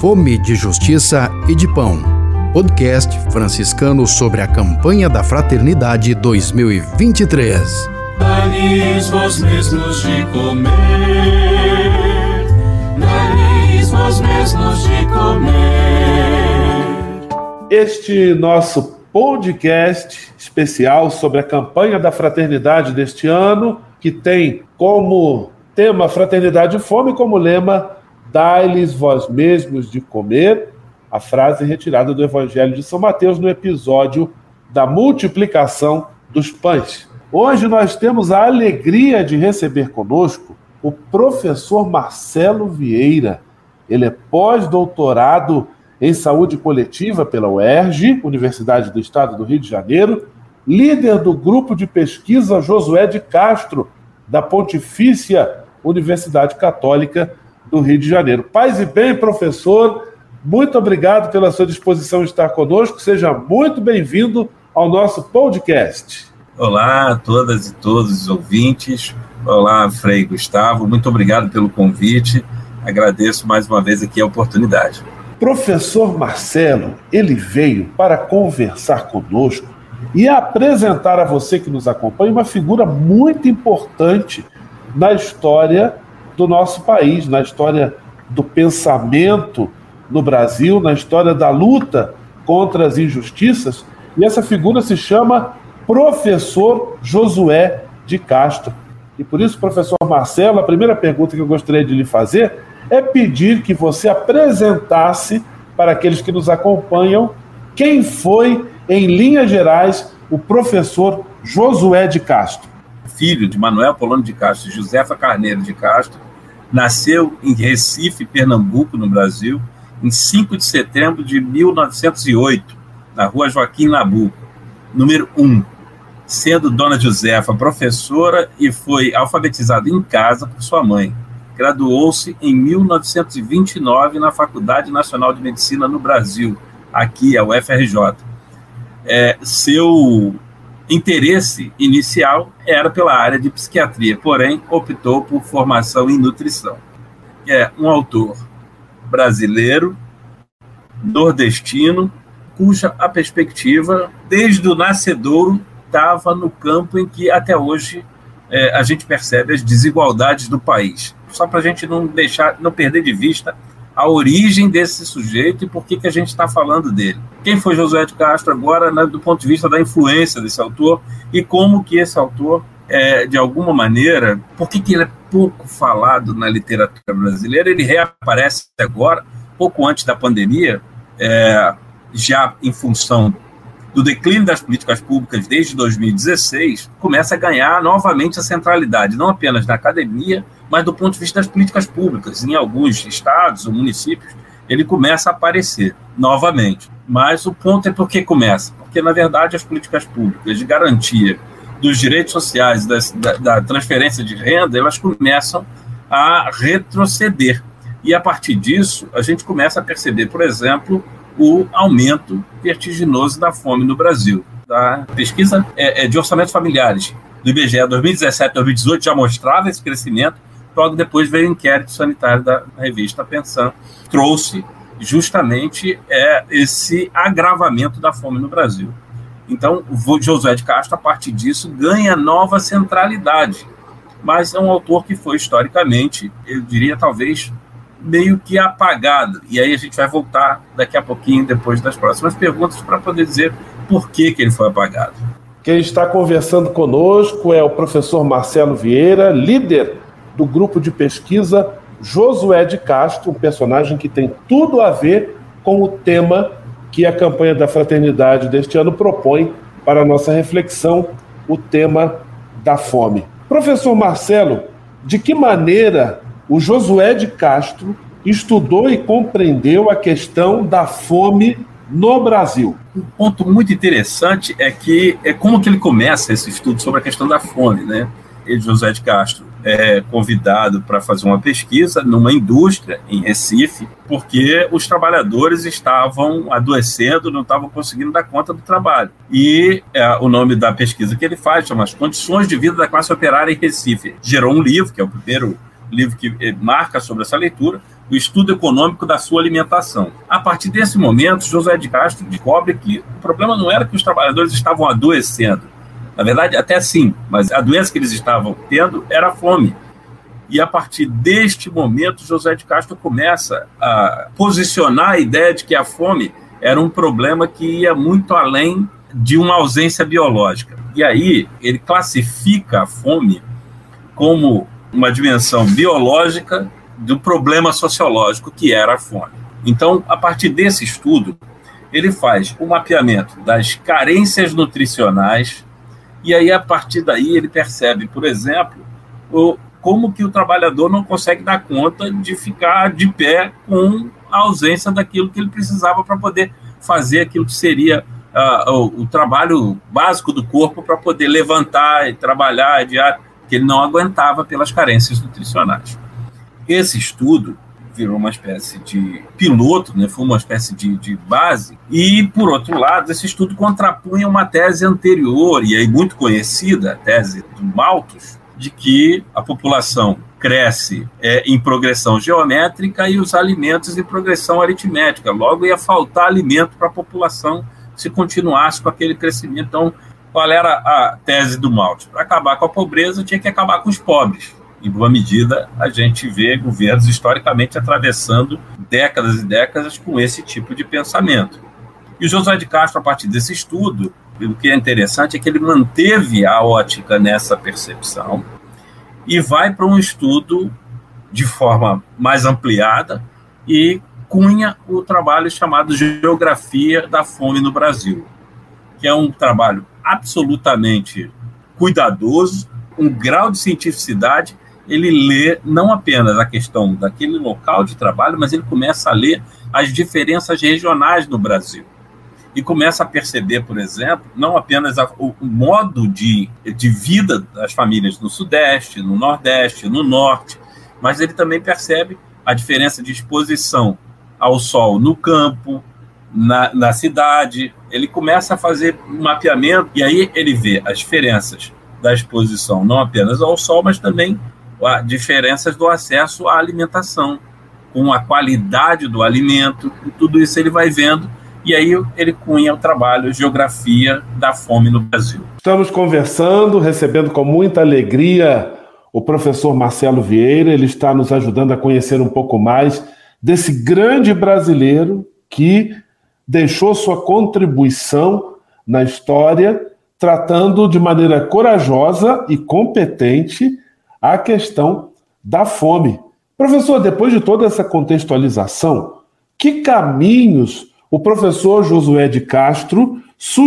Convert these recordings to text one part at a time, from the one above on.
Fome de Justiça e de Pão, podcast franciscano sobre a campanha da Fraternidade 2023. Dai-lhes vós mesmos de comer, dai-lhes vós mesmos de comer. Este nosso podcast especial sobre a campanha da Fraternidade deste ano, que tem como tema Fraternidade e Fome, como lema Dai-lhes vós mesmos de comer, a frase retirada do Evangelho de São Mateus no episódio da multiplicação dos pães. Hoje nós temos a alegria de receber conosco o professor Marcelo Vieira. Ele é pós-doutorado em saúde coletiva pela UERJ, Universidade do Estado do Rio de Janeiro, líder do grupo de pesquisa Josué de Castro, da Pontifícia Universidade Católica do Rio de Janeiro. Paz e bem, professor, muito obrigado pela sua disposição em estar conosco. Seja muito bem-vindo ao nosso podcast. Olá a todas e todos os ouvintes. Olá, Frei Gustavo. Muito obrigado pelo convite. Agradeço mais uma vez aqui a oportunidade. Professor Marcelo, ele veio para conversar conosco e apresentar a você que nos acompanha uma figura muito importante na história do nosso país, na história do pensamento no Brasil, na história da luta contra as injustiças, e essa figura se chama Professor Josué de Castro. E por isso, professor Marcelo, a primeira pergunta que eu gostaria de lhe fazer é pedir que você apresentasse para aqueles que nos acompanham quem foi, em linhas gerais, o professor Josué de Castro. Filho de Manuel Apolônio de Castro e Josefa Carneiro de Castro, nasceu em Recife, Pernambuco, no Brasil, em 5 de setembro de 1908, na rua Joaquim Nabuco, número 1, sendo Dona Josefa professora e foi alfabetizada em casa por sua mãe. Graduou-se em 1929 na Faculdade Nacional de Medicina no Brasil, aqui, a UFRJ. Seu interesse inicial era pela área de psiquiatria, porém optou por formação em nutrição. É um autor brasileiro, nordestino, cuja a perspectiva, desde o nascedouro, estava no campo em que até hoje a gente percebe as desigualdades do país. Só para a gente não perder de vista a origem desse sujeito e por que a gente está falando dele. Quem foi Josué de Castro agora, né, do ponto de vista da influência desse autor e como que esse autor, de alguma maneira, por que ele é pouco falado na literatura brasileira? Ele reaparece agora, pouco antes da pandemia, já em função do declínio das políticas públicas desde 2016, começa a ganhar novamente a centralidade, não apenas na academia, mas do ponto de vista das políticas públicas. Em alguns estados ou municípios, ele começa a aparecer novamente. Mas o ponto é por que começa? Porque, na verdade, as políticas públicas de garantia dos direitos sociais, da transferência de renda, elas começam a retroceder. E, a partir disso, a gente começa a perceber, por exemplo, o aumento vertiginoso da fome no Brasil. A pesquisa de orçamentos familiares do IBGE 2017-2018 já mostrava esse crescimento. Logo depois veio o inquérito sanitário da revista Pensão, trouxe justamente esse agravamento da fome no Brasil. Então, o Josué de Castro, a partir disso, ganha nova centralidade, mas é um autor que foi, historicamente, eu diria, talvez, meio que apagado. E aí a gente vai voltar daqui a pouquinho, depois das próximas perguntas, para poder dizer por que ele foi apagado. Quem está conversando conosco é o professor Marcelo Vieira, líder do grupo de pesquisa Josué de Castro, um personagem que tem tudo a ver com o tema que a campanha da Fraternidade deste ano propõe para a nossa reflexão, o tema da fome. Professor Marcelo, de que maneira o Josué de Castro estudou e compreendeu a questão da fome no Brasil? Um ponto muito interessante é como que ele começa esse estudo sobre a questão da fome, né? Josué de Castro é convidado para fazer uma pesquisa numa indústria em Recife, porque os trabalhadores estavam adoecendo, não estavam conseguindo dar conta do trabalho. E o nome da pesquisa que ele faz chama As Condições de Vida da Classe Operária em Recife. Gerou um livro, que é o primeiro livro que marca sobre essa leitura, o estudo econômico da sua alimentação. A partir desse momento, José de Castro descobre que o problema não era que os trabalhadores estavam adoecendo. Na verdade, até sim, mas a doença que eles estavam tendo era a fome. E a partir deste momento, José de Castro começa a posicionar a ideia de que a fome era um problema que ia muito além de uma ausência biológica. E aí ele classifica a fome como uma dimensão biológica do problema sociológico que era a fome. Então, a partir desse estudo, ele faz o mapeamento das carências nutricionais e aí, a partir daí, ele percebe, por exemplo, como que o trabalhador não consegue dar conta de ficar de pé com a ausência daquilo que ele precisava para poder fazer aquilo que seria o trabalho básico do corpo para poder levantar e trabalhar diário, que ele não aguentava pelas carências nutricionais. Esse estudo virou uma espécie de piloto, né? Foi uma espécie de base, e, por outro lado, esse estudo contrapunha uma tese anterior, e aí muito conhecida, a tese do Malthus, de que a população cresce em progressão geométrica e os alimentos em progressão aritmética. Logo, ia faltar alimento para a população se continuasse com aquele crescimento. Então, qual era a tese do Malthus? Para acabar com a pobreza, tinha que acabar com os pobres. Em boa medida, a gente vê governos historicamente atravessando décadas e décadas com esse tipo de pensamento. E o José de Castro, a partir desse estudo, o que é interessante é que ele manteve a ótica nessa percepção e vai para um estudo de forma mais ampliada e cunha o trabalho chamado Geografia da Fome no Brasil, que é um trabalho absolutamente cuidadoso, um grau de cientificidade. Ele lê não apenas a questão daquele local de trabalho, mas ele começa a ler as diferenças regionais no Brasil. E começa a perceber, por exemplo, não apenas o modo de vida das famílias no Sudeste, no Nordeste, no Norte, mas ele também percebe a diferença de exposição ao sol no campo, na cidade. Ele começa a fazer um mapeamento e aí ele vê as diferenças da exposição não apenas ao sol, mas também diferenças do acesso à alimentação, com a qualidade do alimento, e tudo isso ele vai vendo, e aí ele cunha o trabalho Geografia da Fome no Brasil. Estamos conversando, recebendo com muita alegria o professor Marcelo Vieira. Ele está nos ajudando a conhecer um pouco mais desse grande brasileiro que deixou sua contribuição na história, tratando de maneira corajosa e competente a questão da fome. Professor, depois de toda essa contextualização, que caminhos o professor Josué de Castro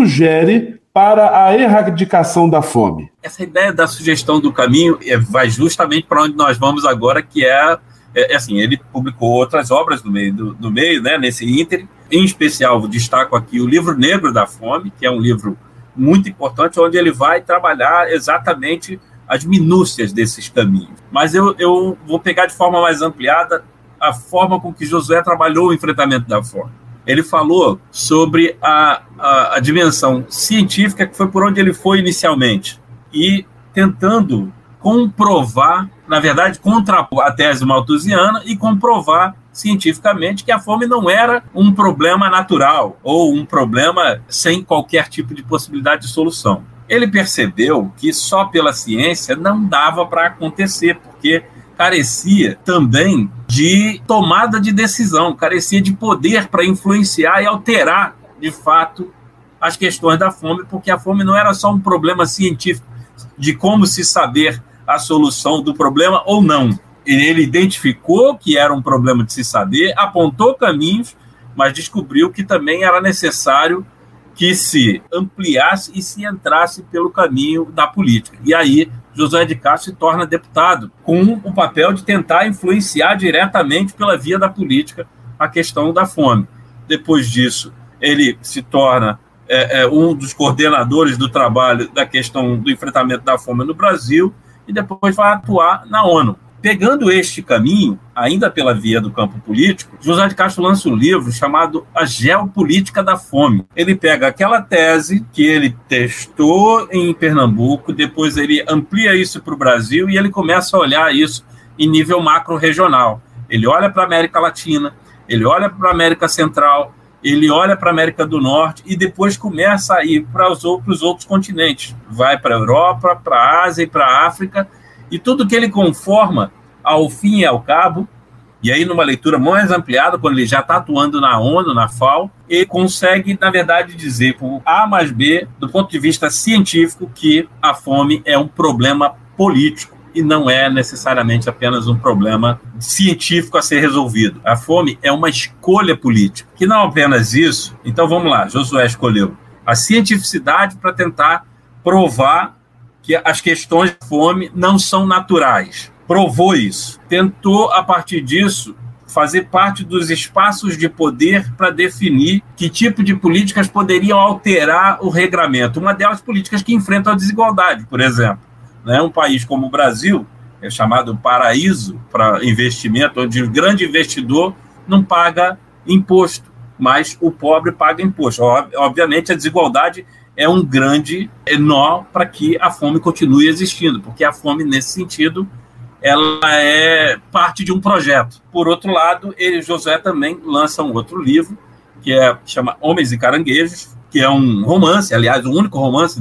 sugere para a erradicação da fome? Essa ideia da sugestão do caminho vai justamente para onde nós vamos agora, que assim, ele publicou outras obras do meio, né, nesse ínterim. Em especial, destaco aqui o Livro Negro da Fome, que é um livro muito importante, onde ele vai trabalhar exatamente as minúcias desses caminhos. Mas eu vou pegar de forma mais ampliada a forma com que Josué trabalhou o enfrentamento da fome. Ele falou sobre a dimensão científica, que foi por onde ele foi inicialmente, e tentando comprovar, na verdade, contrapor a tese malthusiana e comprovar cientificamente que a fome não era um problema natural ou um problema sem qualquer tipo de possibilidade de solução. Ele percebeu que só pela ciência não dava para acontecer, porque carecia também de tomada de decisão, carecia de poder para influenciar e alterar, de fato, as questões da fome, porque a fome não era só um problema científico de como se saber a solução do problema ou não. Ele identificou que era um problema de se saber, apontou caminhos, mas descobriu que também era necessário que se ampliasse e se entrasse pelo caminho da política. E aí, José de Castro se torna deputado, com o papel de tentar influenciar diretamente pela via da política a questão da fome. Depois disso, ele se torna um dos coordenadores do trabalho da questão do enfrentamento da fome no Brasil e depois vai atuar na ONU. Pegando este caminho, ainda pela via do campo político, José de Castro lança um livro chamado A Geopolítica da Fome. Ele pega aquela tese que ele testou em Pernambuco, depois ele amplia isso para o Brasil e ele começa a olhar isso em nível macro-regional. Ele olha para a América Latina, ele olha para a América Central, ele olha para a América do Norte e depois começa a ir para os outros continentes. Vai para a Europa, para a Ásia e para a África, e tudo que ele conforma, ao fim e ao cabo, e aí numa leitura mais ampliada, quando ele já está atuando na ONU, na FAO, ele consegue, na verdade, dizer por A mais B, do ponto de vista científico, que a fome é um problema político e não é necessariamente apenas um problema científico a ser resolvido. A fome é uma escolha política, que não apenas isso. Então vamos lá, Josué escolheu a cientificidade para tentar provar que as questões de fome não são naturais. Provou isso. Tentou, a partir disso, fazer parte dos espaços de poder para definir que tipo de políticas poderiam alterar o regramento. Uma delas, políticas que enfrentam a desigualdade, por exemplo. Um país como o Brasil, é chamado paraíso para investimento, onde o grande investidor não paga imposto, mas o pobre paga imposto. Obviamente, a desigualdade é um grande nó para que a fome continue existindo, porque a fome, nesse sentido, ela é parte de um projeto. Por outro lado, Josué também lança um outro livro, que chama Homens e Caranguejos, que é um romance, aliás, o único romance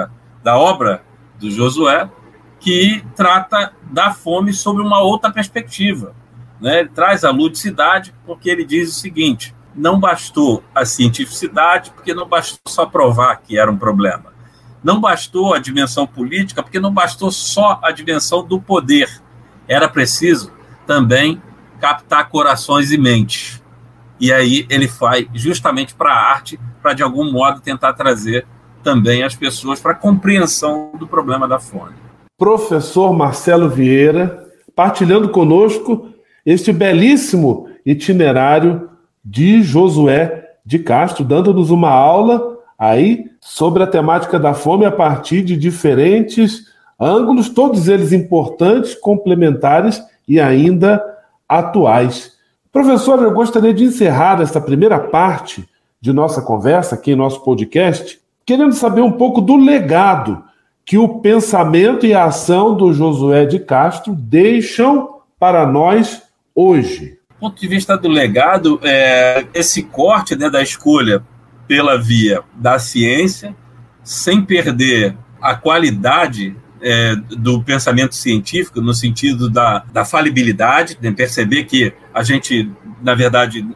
da obra do Josué, que trata da fome sob uma outra perspectiva. Ele traz a ludicidade, porque ele diz o seguinte: não bastou a cientificidade, porque não bastou só provar que era um problema. Não bastou a dimensão política, porque não bastou só a dimensão do poder. Era preciso também captar corações e mentes. E aí ele vai justamente para a arte, para de algum modo tentar trazer também as pessoas para a compreensão do problema da fome. Professor Marcelo Vieira, partilhando conosco este belíssimo itinerário de Josué de Castro, dando-nos uma aula aí sobre a temática da fome a partir de diferentes ângulos, todos eles importantes, complementares e ainda atuais. Professor, eu gostaria de encerrar essa primeira parte de nossa conversa aqui em nosso podcast, querendo saber um pouco do legado que o pensamento e a ação do Josué de Castro deixam para nós hoje. Do ponto de vista do legado, esse corte da escolha pela via da ciência, sem perder a qualidade do pensamento científico, no sentido da falibilidade, de perceber que a gente, na verdade,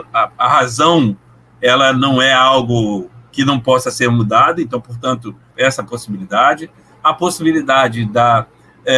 a razão ela não é algo que não possa ser mudado, então, portanto, essa possibilidade, a possibilidade da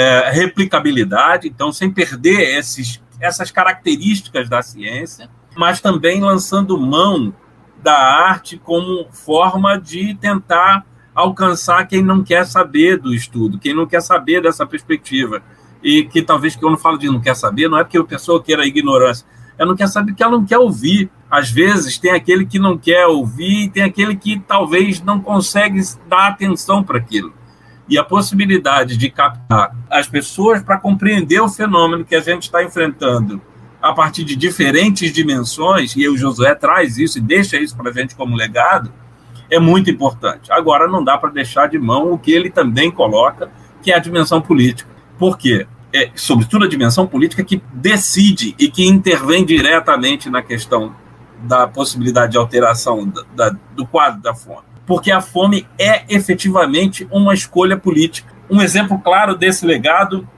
replicabilidade, então, sem perder essas características da ciência, mas também lançando mão da arte como forma de tentar alcançar quem não quer saber do estudo, quem não quer saber dessa perspectiva. E que talvez, quando eu falo de não quer saber, não é porque a pessoa queira a ignorância, ela não quer saber porque ela não quer ouvir. Às vezes tem aquele que não quer ouvir e tem aquele que talvez não consegue dar atenção para aquilo. E a possibilidade de captar as pessoas para compreender o fenômeno que a gente está enfrentando a partir de diferentes dimensões, e o Josué traz isso e deixa isso para a gente como legado, é muito importante. Agora, não dá para deixar de mão o que ele também coloca, que é a dimensão política. Por quê? Sobretudo a dimensão política que decide e que intervém diretamente na questão da possibilidade de alteração do quadro da fome. Porque a fome é efetivamente uma escolha política. Um exemplo claro desse legado,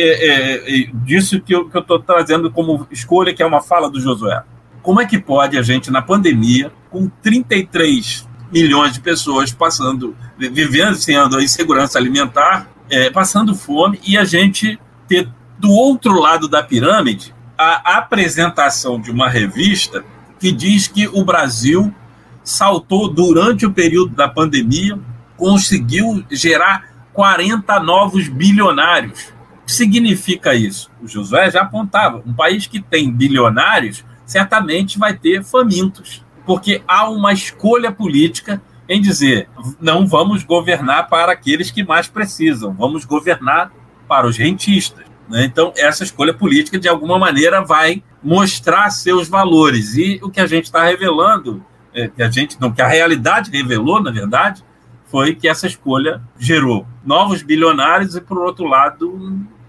disso que eu estou trazendo como escolha, que é uma fala do Josué. Como é que pode a gente, na pandemia, com 33 milhões de pessoas vivenciando a insegurança alimentar, passando fome, e a gente ter do outro lado da pirâmide a apresentação de uma revista que diz que o Brasil saltou durante o período da pandemia, conseguiu gerar 40 novos bilionários. O que significa isso? O Josué já apontava, um país que tem bilionários certamente vai ter famintos, porque há uma escolha política em dizer, não vamos governar para aqueles que mais precisam, vamos governar para os rentistas. Então, essa escolha política, de alguma maneira, vai mostrar seus valores. E o que a gente está revelando, que a realidade revelou, na verdade, foi que essa escolha gerou novos bilionários e, por outro lado,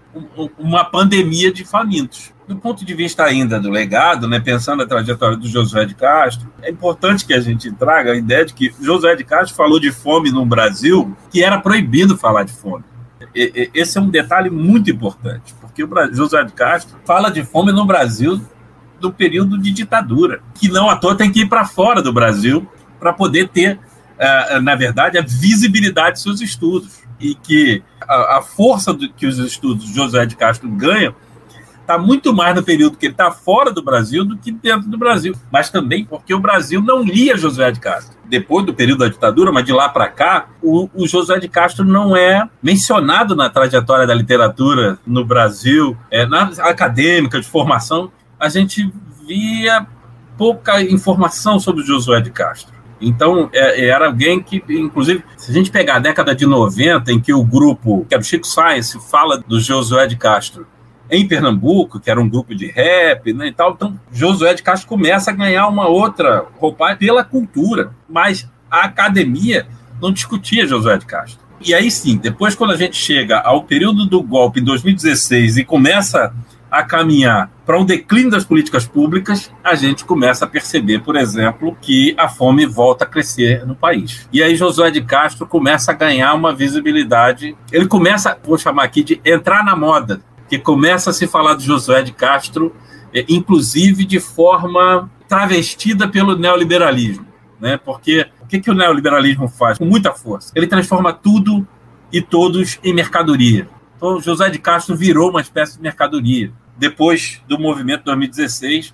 uma pandemia de famintos. Do ponto de vista ainda do legado, né, pensando a trajetória do Josué de Castro, é importante que a gente traga a ideia de que Josué de Castro falou de fome no Brasil, que era proibido falar de fome. Esse é um detalhe muito importante, porque o Josué de Castro fala de fome no Brasil do período de ditadura, que não à toa tem que ir para fora do Brasil para poder ter, na verdade, a visibilidade de seus estudos. E que a força que os estudos de Josué de Castro ganham está muito mais no período que ele está fora do Brasil do que dentro do Brasil. Mas também porque o Brasil não lia Josué de Castro. Depois do período da ditadura, mas de lá para cá, o Josué de Castro não é mencionado na trajetória da literatura no Brasil, na acadêmica, de formação. A gente via pouca informação sobre o Josué de Castro. Então, era alguém que, inclusive, se a gente pegar a década de 90, em que o grupo, que era o Chico Science, fala do Josué de Castro em Pernambuco, que era um grupo de rap, né, e tal. Então, Josué de Castro começa a ganhar uma outra roupagem pela cultura, mas a academia não discutia Josué de Castro. E aí sim, depois quando a gente chega ao período do golpe em 2016 e começa a caminhar para um declínio das políticas públicas, a gente começa a perceber, por exemplo, que a fome volta a crescer no país. E aí Josué de Castro começa a ganhar uma visibilidade, ele começa, vou chamar aqui de entrar na moda, que começa a se falar de Josué de Castro, inclusive de forma travestida pelo neoliberalismo, né? Porque o que o neoliberalismo faz com muita força? Ele transforma tudo e todos em mercadoria. Então, Josué de Castro virou uma espécie de mercadoria. Depois do movimento de 2016,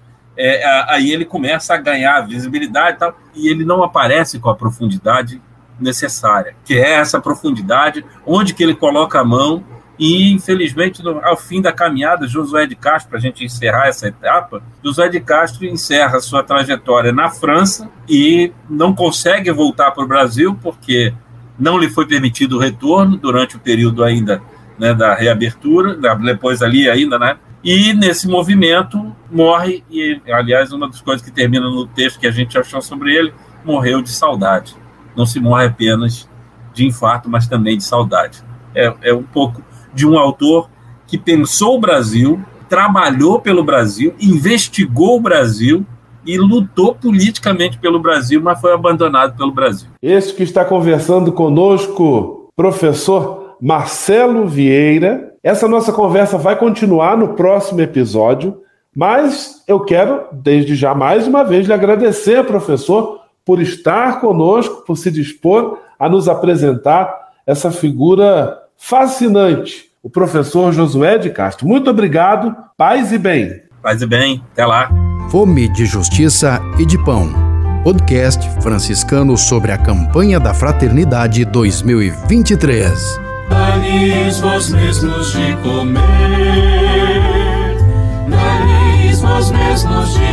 aí ele começa a ganhar visibilidade e tal, e ele não aparece com a profundidade necessária, que é essa profundidade onde que ele coloca a mão. E, infelizmente, ao fim da caminhada, Josué de Castro, para a gente encerrar essa etapa, Josué de Castro encerra sua trajetória na França e não consegue voltar para o Brasil porque não lhe foi permitido o retorno durante o período ainda, né, da reabertura, depois ali ainda, né? E nesse movimento morre, e aliás, uma das coisas que termina no texto que a gente achou sobre ele, morreu de saudade. Não se morre apenas de infarto, mas também de saudade. É um pouco de um autor que pensou o Brasil, trabalhou pelo Brasil, investigou o Brasil e lutou politicamente pelo Brasil, mas foi abandonado pelo Brasil. Esse que está conversando conosco, professor Marcelo Vieira. Essa nossa conversa vai continuar no próximo episódio, mas eu quero, desde já, mais uma vez, lhe agradecer, professor, por estar conosco, por se dispor a nos apresentar essa figura fascinante, o professor Josué de Castro. Muito obrigado, paz e bem. Paz e bem, até lá. Fome de Justiça e de Pão. Podcast franciscano sobre a campanha da Fraternidade 2023. Dai-lhes vós mesmos de comer, dai-lhes vós mesmos de